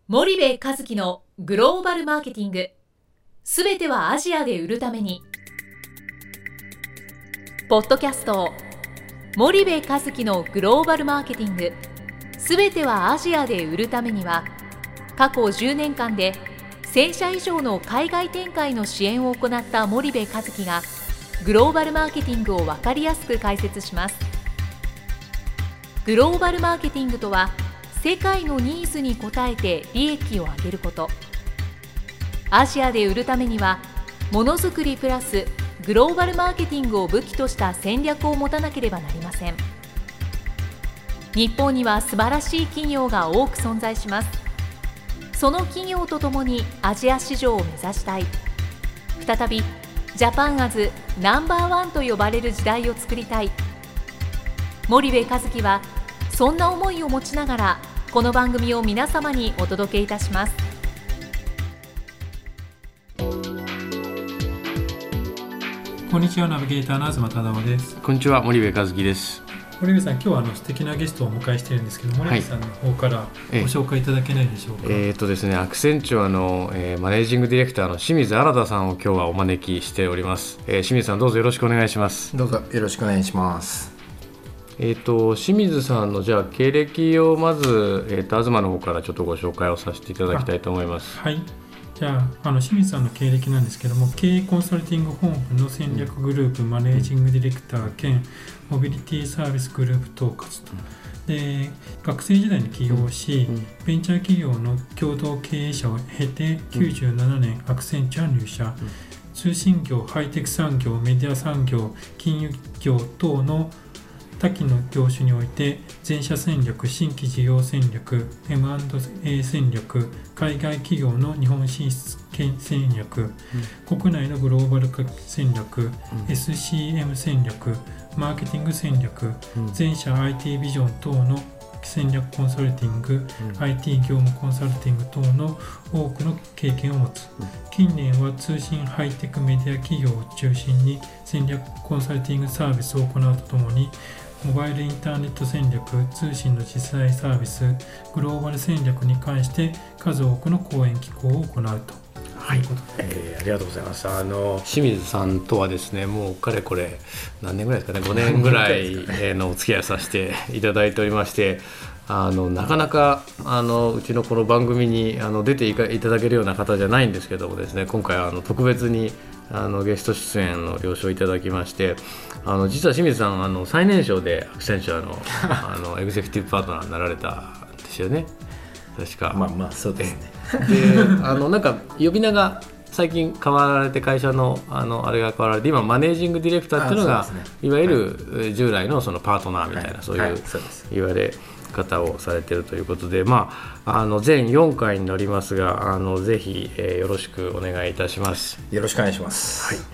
森部一樹のグローバルマーケティング、すべてはアジアで売るために。ポッドキャスト森部一樹のグローバルマーケティング、すべてはアジアで売るためには、過去10年間で1000社以上の海外展開の支援を行った森部一樹がグローバルマーケティングを分かりやすく解説します。グローバルマーケティングとは、世界のニーズに応えて利益を上げること。アジアで売るためには、ものづくりプラスグローバルマーケティングを武器とした戦略を持たなければなりません。日本には素晴らしい企業が多く存在します。その企業とともにアジア市場を目指したい。再びジャパンアズナンバーワンと呼ばれる時代を作りたい。森部一樹はそんな思いを持ちながら、この番組を皆様にお届けいたします。 こんにちは、ナビゲーターの東忠夫です。 こんにちは、森部一樹です。 森部さん、今日は素敵なゲストをお迎えしているんですけど、森部さんの方からご紹介いただけないでしょうか。 ですね、アクセンチュアの、マネージングディレクターの清水新さんを今日はお招きしております。清水さん、どうぞよろしくお願いします。 どうぞよろしくお願いします。 清水さんのじゃあ経歴をまず、東の方からちょっとご紹介をさせていただきたいと思います。 はい、じゃあ、清水さんの経歴なんですけども、経営コンサルティング本部の戦略グループ、マネージングディレクター兼モビリティサービスグループ統括と、で学生時代に起業し、ベンチャー企業の共同経営者を経て97年アクセンチュア入社、通信業、ハイテク産業、メディア産業、金融業等の多岐の業種において全社戦略、新規事業戦略、M&A 戦略、海外企業の日本進出戦略、国内のグローバル化戦略、SCM 戦略、マーケティング戦略、全社 IT ビジョン等の戦略コンサルティング、IT 業務コンサルティング等の多くの経験を持つ。近年は通信ハイテクメディア企業を中心に戦略コンサルティングサービスを行うとともに、モバイルインターネット戦略、通信の実際サービス、グローバル戦略に関して数多くの講演機構を行うと。 はい、ありがとうございます。清水さんとはですね、もうかれこれ何年ぐらいですかね、5年ぐらいのお付き合いさせていただいておりまして、なかなかうちのこの番組に出ていただけるような方じゃないんですけどもですね、今回特別にゲスト出演の了承いただきまして、実は清水さん最年少でアクセンチュアのエグゼクティブパートナーになられたんですよね、確か。 まあそうですね。 でなんか呼び名が最近変わられて、会社のあれが変わられて、今マネージングディレクターっていうのが、いわゆる従来のそのパートナーみたいな、そういう言われ方をされているということで、全4回になりますが、ぜひ、よろしくお願いいたします。 よろしくお願いします。 はい。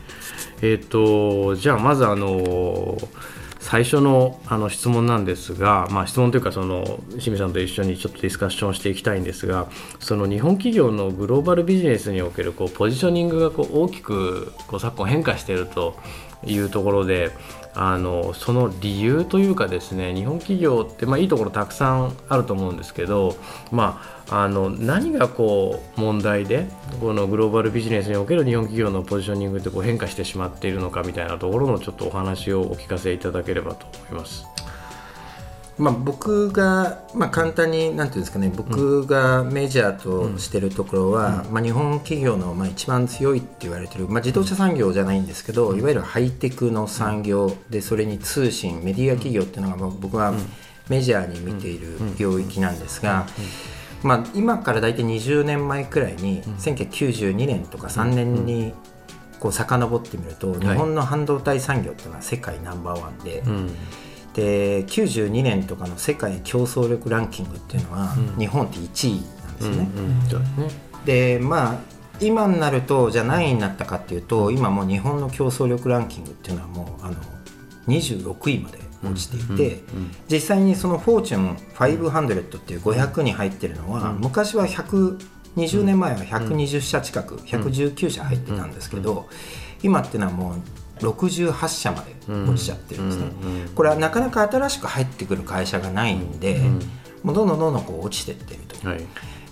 じゃあまず最初の質問なんですが、質問というか、清水さんと一緒にちょっとディスカッションしていきたいんですが、その日本企業のグローバルビジネスにおけるポジショニングが大きく昨今変化しているというところで、その理由というかですね、日本企業っていいところたくさんあると思うんですけど、何が問題でこのグローバルビジネスにおける日本企業のポジショニングって変化してしまっているのかみたいなところのちょっとお話をお聞かせいただければと思います。 僕が、簡単になんていうんですかね、僕がメジャーとしているところは、日本企業の一番強いって言われている、自動車産業じゃないんですけど、いわゆるハイテクの産業で、それに通信メディア企業っていうのが僕はメジャーに見ている領域なんですが、今から大体20年前くらいに、1992年とか3年に遡ってみると、日本の半導体産業っていうのは世界ナンバーワンで、で92年とかの世界競争力ランキングっていうのは、日本って1位なんですよね。で今になるとじゃあ何位になったかっていうと、今もう日本の競争力ランキングっていうのはもう26位まで落ちていて、実際にそのフォーチュン500っていう500に入ってるのは、昔は20年前は120社近く119社入ってたんですけど、今っていうのはもう68社まで落ちちゃってるんですね。これはなかなか新しく入ってくる会社がないんで、もうどんどん落ちてってると。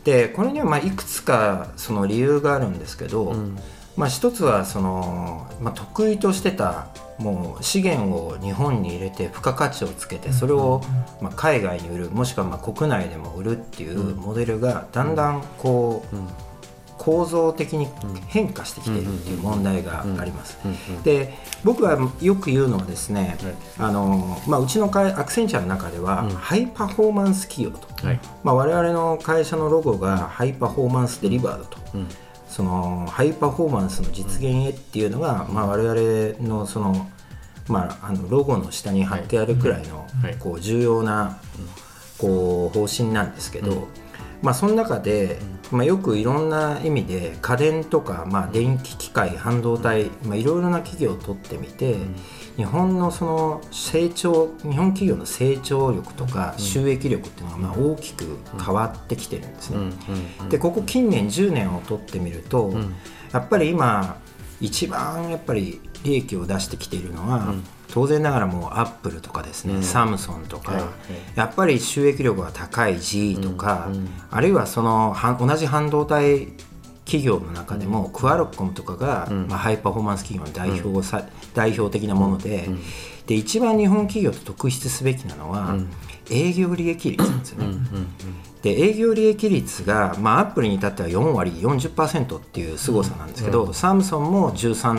でこれにはいくつかその理由があるんですけど、一つはその、得意としてたもう資源を日本に入れて付加価値をつけてそれを海外に売る、もしくは国内でも売るっていうモデルがだんだんこう構造的に変化してきているっていう問題があります。で僕はよく言うのはですね、うちのアクセンチャーの中ではハイパフォーマンス企業と、我々の会社のロゴがハイパフォーマンスデリバードと、そのハイパフォーマンスの実現へっていうのが、我々のその、ロゴの下に貼ってあるくらいのこう重要なこう方針なんですけど、その中で、よくいろんな意味で家電とか、電気機械半導体、いろいろな企業を取ってみて、日本のその日本企業の成長力とか収益力っていうのが大きく変わってきてるんですね。でここ近年10年を取ってみると、やっぱり今一番やっぱり利益を出してきているのは、当然ながらもうアップルとかですね、サムソンとか、やっぱり収益力が高い GE とか、あるいはその同じ半導体企業の中でもクアロコムとかが、ハイパフォーマンス企業の代表的なもので、で一番日本企業と特筆すべきなのは、営業利益率なんですよね。で営業利益率が、アップルに至っては4割 40% っていう凄さなんですけど、サムソンも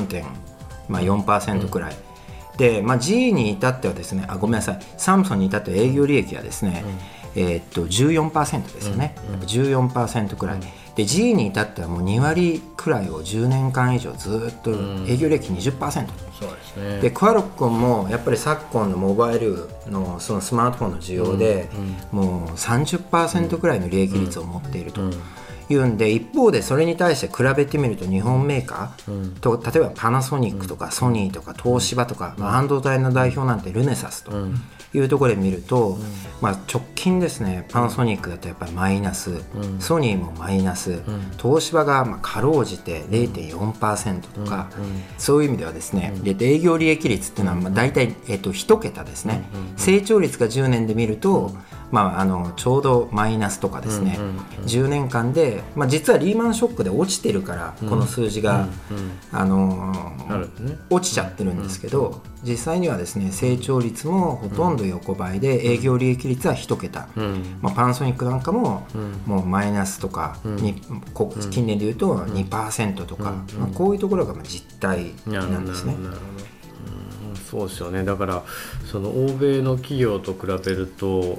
13.4% くらいで、GE に至ってはですね、ごめんなさい、サムソンに至っては営業利益はですね、14% ですよね。やっぱ 14% くらいで、GE に至ってはもう2割くらいを10年間以上ずっと営業利益 20%、そうですね。でクアロッコンもやっぱり昨今のモバイルのそのスマートフォンの需要で、もう 30% くらいの利益率を持っているというんで、一方でそれに対して比べてみると日本メーカーと、例えばパナソニックとかソニーとか東芝とか、半導体の代表なんてルネサスというところで見ると、直近ですね、パナソニックだとやっぱりマイナス、ソニーもマイナス、東芝がかろうじて 0.4% とか、そういう意味ではですね、営業利益率っていうのは大体1桁ですね。成長率が10年で見るとちょうどマイナスとかですね、10年間で、実はリーマンショックで落ちてるからこの数字が落ちちゃってるんですけど、実際にはですね、成長率もほとんど横ばいで営業利益率は1桁、パナソニックなんかももうマイナスとか近年でいうと 2% とか、こういうところが実態なんですね。 そうですよね。だからその欧米の企業と比べると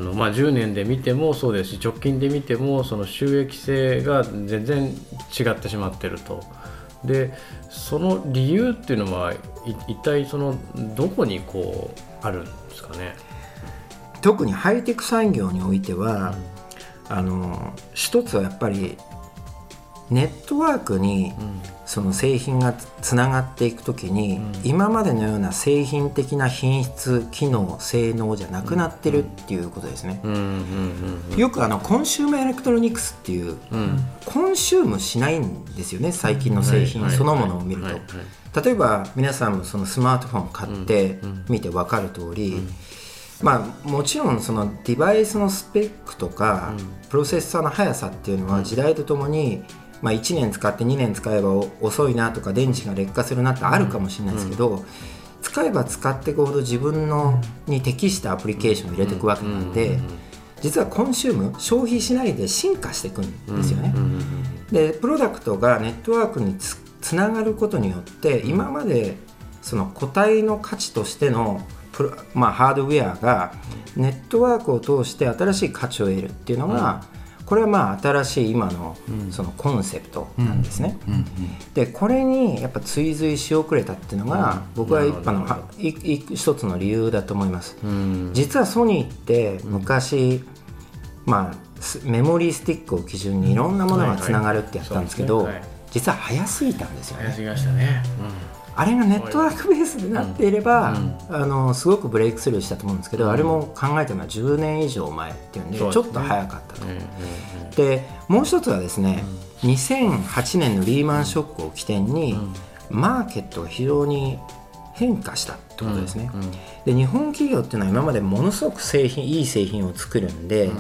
10年で見てもそうですし、直近で見てもその収益性が全然違ってしまってると。でその理由っていうのは一体そのどこにこうあるんですかね。 特にハイテク産業においては、一つはやっぱりネットワークにその製品がつながっていくときに、今までのような製品的な品質、機能、性能じゃなくなってるっていうことですね。よくコンシューマーエレクトロニクスっていう、コンシュームしないんですよね、最近の製品そのものを見ると。例えば皆さんもそのスマートフォンを買ってみて分かる通り、もちろんそのデバイスのスペックとかプロセッサーの速さっていうのは時代とともに1年使って2年使えば遅いなとか電池が劣化するなってあるかもしれないですけど、使えば使っていくほど自分に適したアプリケーションを入れていくわけなんで、実はコンシューム消費しないで進化していくんですよね。でプロダクトがネットワークにつながることによって今までその個体の価値としてのハードウェアがネットワークを通して新しい価値を得るっていうのが、これは新しい今のそのコンセプトなんですね。でこれにやっぱ追随し遅れたっていうのが僕は一つの理由だと思います。実はソニーって昔メモリースティックを基準にいろんなものがつながるってやったんですけど、実は早すぎたんですよね。 早すぎましたね。 あれがネットワークベースになっていれば、すごくブレイクスルーしたと思うんですけど、あれも考えたのは10年以上前っていうんで、ちょっと早かったと。でもう一つはですね、2008年のリーマンショックを起点に、マーケットが非常に変化したってことですね。で日本企業っていうのは今までものすごくいい製品を作るんで、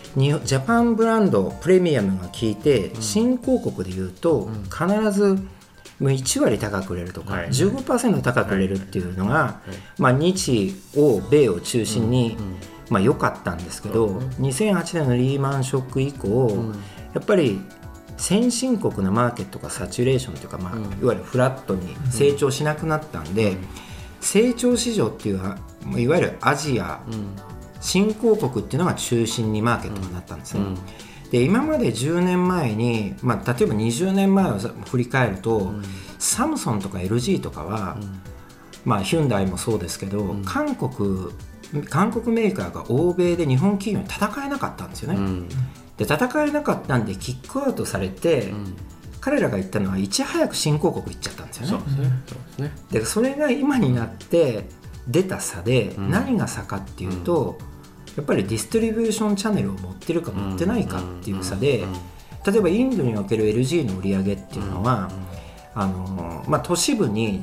ジャパンブランドプレミアムが効いて、新興国でいうと必ず1割高く売れるとか、15% 高く売れるっていうのが、日欧米を中心に良かったんですけど、2008年のリーマンショック以降、やっぱり先進国のマーケットがサチュレーションというか、いわゆるフラットに成長しなくなったんで、成長市場っていうのはいわゆるアジア、新興国っていうのが中心にマーケットになったんですね。で今まで10年前に、例えば20年前を振り返ると、サムソンとか LG とかは、ヒュンダイもそうですけど、韓国メーカーが欧米で日本企業に戦えなかったんですよね。で戦えなかったんでキックアウトされて、彼らが言ったのはいち早く新興国行っちゃったんですよね。でそれが今になって出た差で、何が差かっていうと、やっぱりディストリビューションチャンネルを持ってるか持ってないかっていう差で、例えばインドにおける LG の売り上げっていうのは、都市部に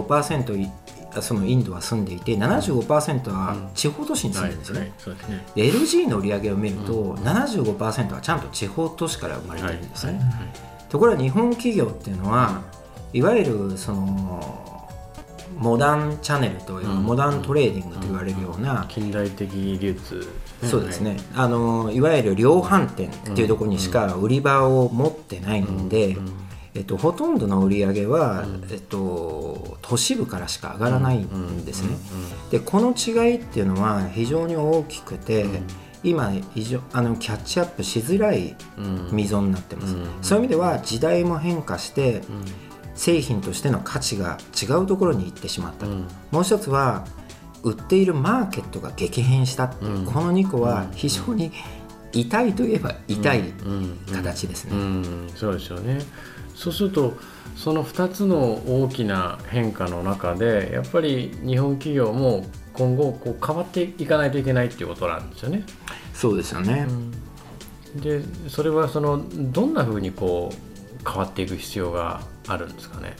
25% そのインドは住んでいて 75% は地方都市に住んでるんですよね。で LG の売り上げを見ると 75% はちゃんと地方都市から生まれてるんですね。ところが日本企業っていうのはいわゆるそのモダンチャンネルというモダントレーディングと言われるような近代的流通、 そうですね、いわゆる量販店っていうところにしか売り場を持ってないんで、ほとんどの売り上げは、都市部からしか上がらないんですね。でこの違いっていうのは非常に大きくて、今キャッチアップしづらい溝になってます。そういう意味では時代も変化して、製品としての価値が違うところに行ってしまったと、もう一つは売っているマーケットが激変したっていう、この2個は非常に痛いといえば痛い形ですね。 そうですよね。そうするとその2つの大きな変化の中でやっぱり日本企業も今後こう変わっていかないといけないっていうことなんですよね。 そうですよね。 でそれはどんなふうにこう変わっていく必要があるんですかね。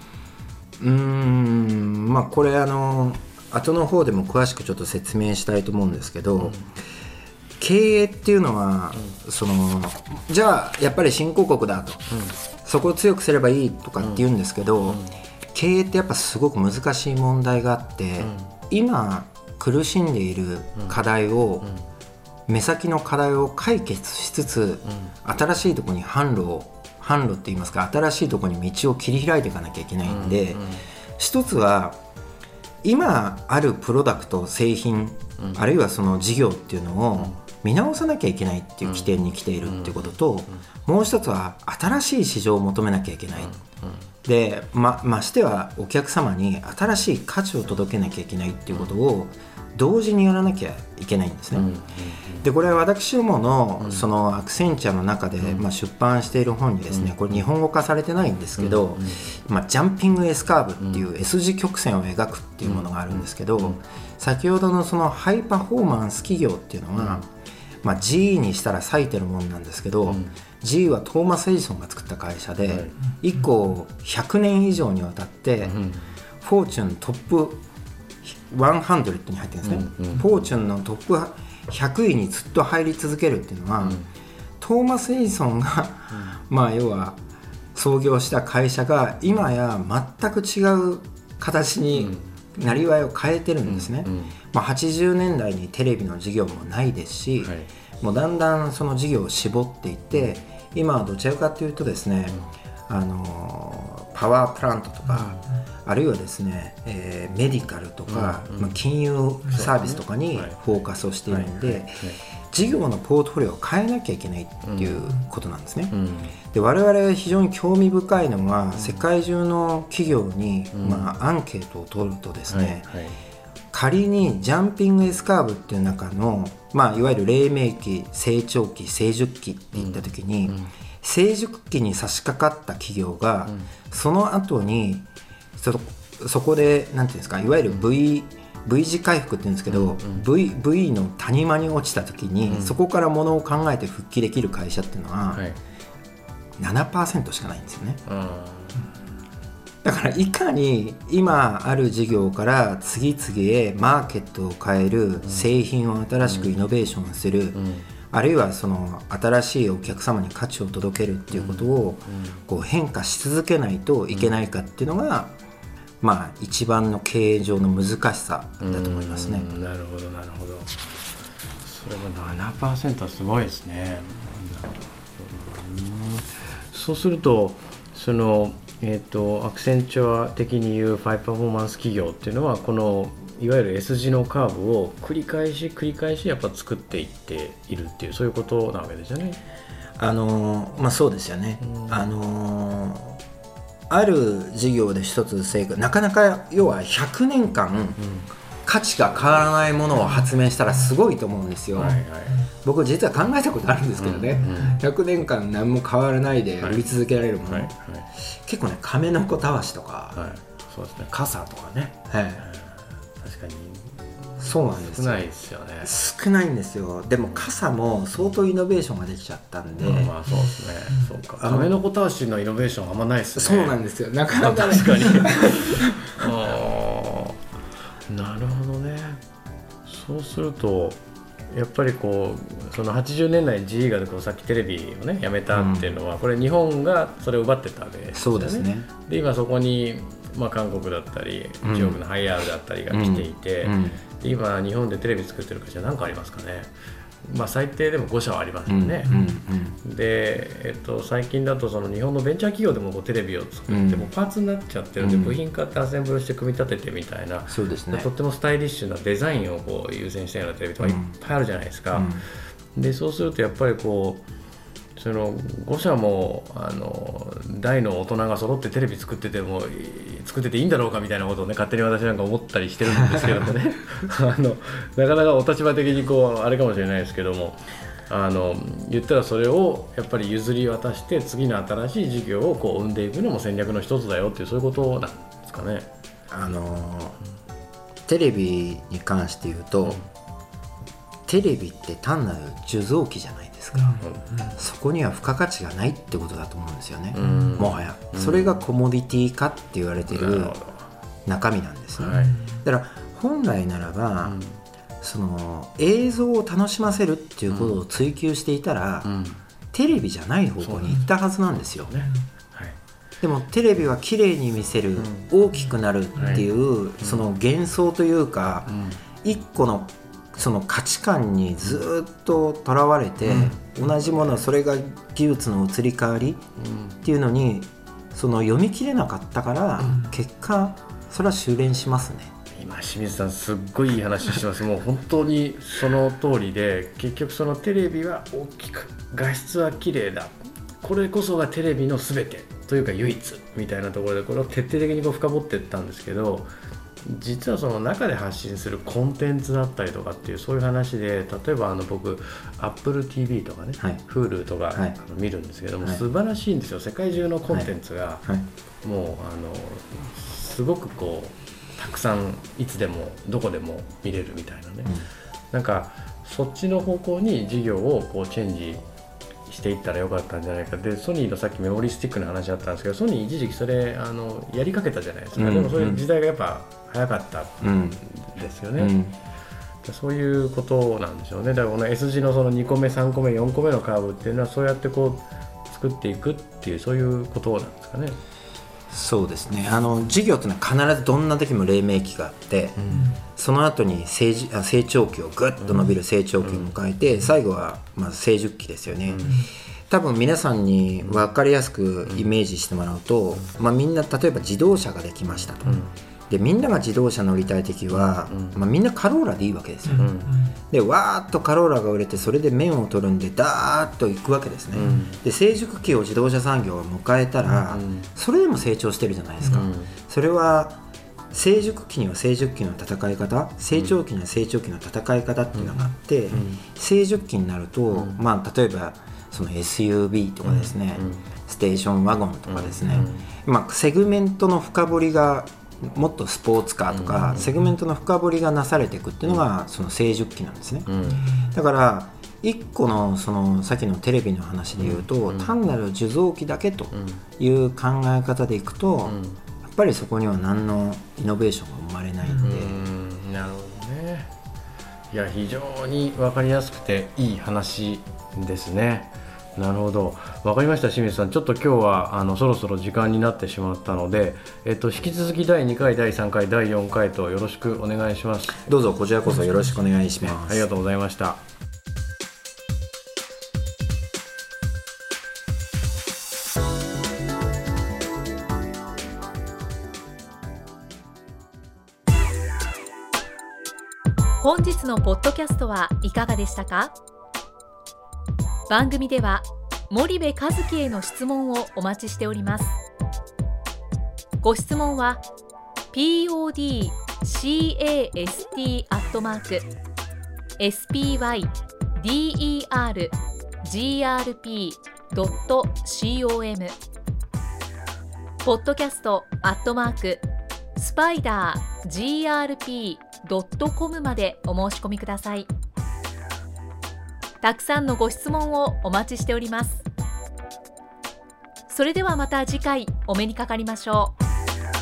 これ後の方でも詳しくちょっと説明したいと思うんですけど、経営っていうのは、じゃあやっぱり新興国だと、そこを強くすればいいとかって言うんですけど、経営ってやっぱすごく難しい問題があって、今苦しんでいる課題を、目先の課題を解決しつつ、新しいところに販路って言いますか、新しいところに道を切り開いていかなきゃいけないんで、一つは今あるプロダクト製品、あるいはその事業っていうのを見直さなきゃいけないっていう起点に来ているっていうことと、もう一つは新しい市場を求めなきゃいけない、で、ましてはお客様に新しい価値を届けなきゃいけないっていうことを同時にやらなきゃいけないんですね。でこれは私どものそのアクセンチャーの中で出版している本にですね、これ日本語化されてないんですけど、ジャンピング S カーブっていう S 字曲線を描くっていうものがあるんですけど、先ほどのそのハイパフォーマンス企業っていうのは、G にしたら最てるものなんですけど、G はトーマス・エジソンが作った会社で、以降100年以上にわたってフォーチュントップ100に入ってるんですね。フォーチュンのトップ100位にずっと入り続けるっていうのは、トーマス・エジソンが、要は創業した会社が今や全く違う形になりわいを変えてるんですね。80年代にテレビの事業もないですし、もうだんだんその事業を絞っていって、今はどちらかというとですね、パワープラントとか、あるいはですね、メディカルとか、金融サービスとかにフォーカスをしているので、事業のポートフォリオを変えなきゃいけないっていうことなんですね。で我々非常に興味深いのは、世界中の企業に、アンケートを取るとですね、仮にジャンピング S カーブっていう中の、いわゆる黎明期、成長期、成熟期っていった時に、成熟期に差し掛かった企業が、その後にそこでなんていうんですか、いわゆる V 字回復って言うんですけど、V の谷間に落ちた時に、そこからものを考えて復帰できる会社っていうのは、7% しかないんですよね。だからいかに今ある事業から次々へマーケットを変える、製品を新しくイノベーションする、 あるいはその新しいお客様に価値を届けるっていうことをこう変化し続けないといけないかっていうのが、まあ一番の経営上の難しさだと思いますね。 なるほどなるほど。それが 7% はすごいですね。そうするとそのアクセンチュア的に言うハイパフォーマンス企業っていうのはこのいわゆる S 字のカーブを繰り返しやっぱ作っていっているっていうそういうことなわけですよね。 まあそうですよね。ある事業で一つ成果、なかなか要は100年間、価値が変わらないものを発明したらすごいと思うんですよ。僕実は考えたことあるんですけどね、100年間何も変わらないで売り続けられるもの、結構ね、亀の子たわしとか、 そうですね、傘とかね、 確かにそうなんですよ。 少ないですよね。 少ないんですよ。でも傘も相当イノベーションができちゃったんで、 まあそうですね。そうか。亀の子たわしのイノベーションあんまないですね。 そうなんですよ。なかなかね。 確かに。なるほどね。そうするとやっぱりこうその80年代に GE がこうさっきテレビをねやめたっていうのは、これ日本がそれを奪ってたわけですよね。 そうですね。 で今そこに、まあ、韓国だったり中国のハイアールだったりが来ていて、で今日本でテレビ作ってる会社何かありますかね。まあ、最低でも5社はありますよね。で、最近だとその日本のベンチャー企業でもこうテレビを作ってもパーツになっちゃってるんで、部品買ってアセンブルして組み立ててみたいな、 そうですね、 とってもスタイリッシュなデザインをこう優先したようなテレビとかいっぱいあるじゃないですか。でそうするとやっぱりこうその5社も大の大人が揃ってテレビ作ってていいんだろうかみたいなことをね勝手に私なんか思ったりしてるんですけどもねなかなかお立場的にこうあれかもしれないですけども言ったらそれをやっぱり譲り渡して次の新しい事業をこう生んでいくのも戦略の一つだよっていうそういうことなんですかね。 テレビに関して言うと、テレビって単なる受像機じゃないですか、そこには付加価値がないってことだと思うんですよね、もはや、それがコモディティ化って言われている中身なんですね、だから本来ならば、その映像を楽しませるっていうことを追求していたら、テレビじゃない方向に行ったはずなんですよ、でもテレビは綺麗に見せる、大きくなるっていう、その幻想というか、一個のその価値観にずっととらわれて、同じものそれが技術の移り変わりっていうのにその読み切れなかったから、結果それは修練しますね。 今清水さんすっごいいい話してますもう本当にその通りで、結局そのテレビは大きく画質は綺麗だ、これこそがテレビの全てというか唯一みたいなところでこれを徹底的にこう深掘っていったんですけど、実はその中で発信するコンテンツだったりとかっていうそういう話で、例えば僕 Apple TV とかね、Hulu とか見るんですけども、素晴らしいんですよ。世界中のコンテンツがもうすごくこうたくさんいつでもどこでも見れるみたいなね、なんかそっちの方向に事業をこうチェンジしていったらよかったんじゃないか。でソニーのさっきメモリースティックの話あったんですけど、ソニー一時期それやりかけたじゃないですか、でもそういう時代がやっぱ早かったんですよね、そういうことなんでしょうね。だからこの S 字のその2個目3個目4個目のカーブっていうのはそうやってこう作っていくっていうそういうことなんですかね。 そうですね、事業というのは必ずどんな時も黎明期があって、その後に成長期をぐっと伸びる成長期を迎えて、最後はまあ成熟期ですよね、多分皆さんに分かりやすくイメージしてもらうと、みんな例えば自動車ができましたと、でみんなが自動車乗りたい時は、みんなカローラでいいわけですよ、でわーっとカローラが売れてそれで面を取るんでダーッといくわけですね、で成熟期を自動車産業が迎えたら、それでも成長してるじゃないですか、それは成熟期には成熟期の戦い方、成長期には成長期の戦い方っていうのがあって、成熟期になると、例えばその SUV とかですね、ステーションワゴンとかですね、セグメントの深掘りがもっとスポーツカーとか、セグメントの深掘りがなされていくっていうのがその成熟期なんですね、だから一個のそのさっきのテレビの話で言うと、単なる受像機だけという考え方でいくと、やっぱりそこには何のイノベーションが生まれないんで、 なるほどね。 いや非常に分かりやすくていい話ですね。なるほど、分かりました。清水さん、ちょっと今日はそろそろ時間になってしまったので、引き続き第2回第3回第4回とよろしくお願いします。 どうぞこちらこそよろしくお願いします。 ありがとうございました。 本日のポッドキャストはいかがでしたか？番組では森部一樹への質問をお待ちしております。ご質問は podcast@spydergrp.com podcast@spidergrp.com までお申し込みください。たくさんのご質問をお待ちしております。それではまた次回お目にかかりましょう。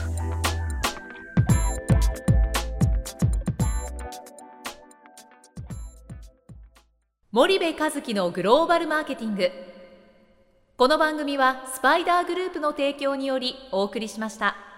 森部一樹のグローバルマーケティング。この番組はスパイダーグループの提供によりお送りしました。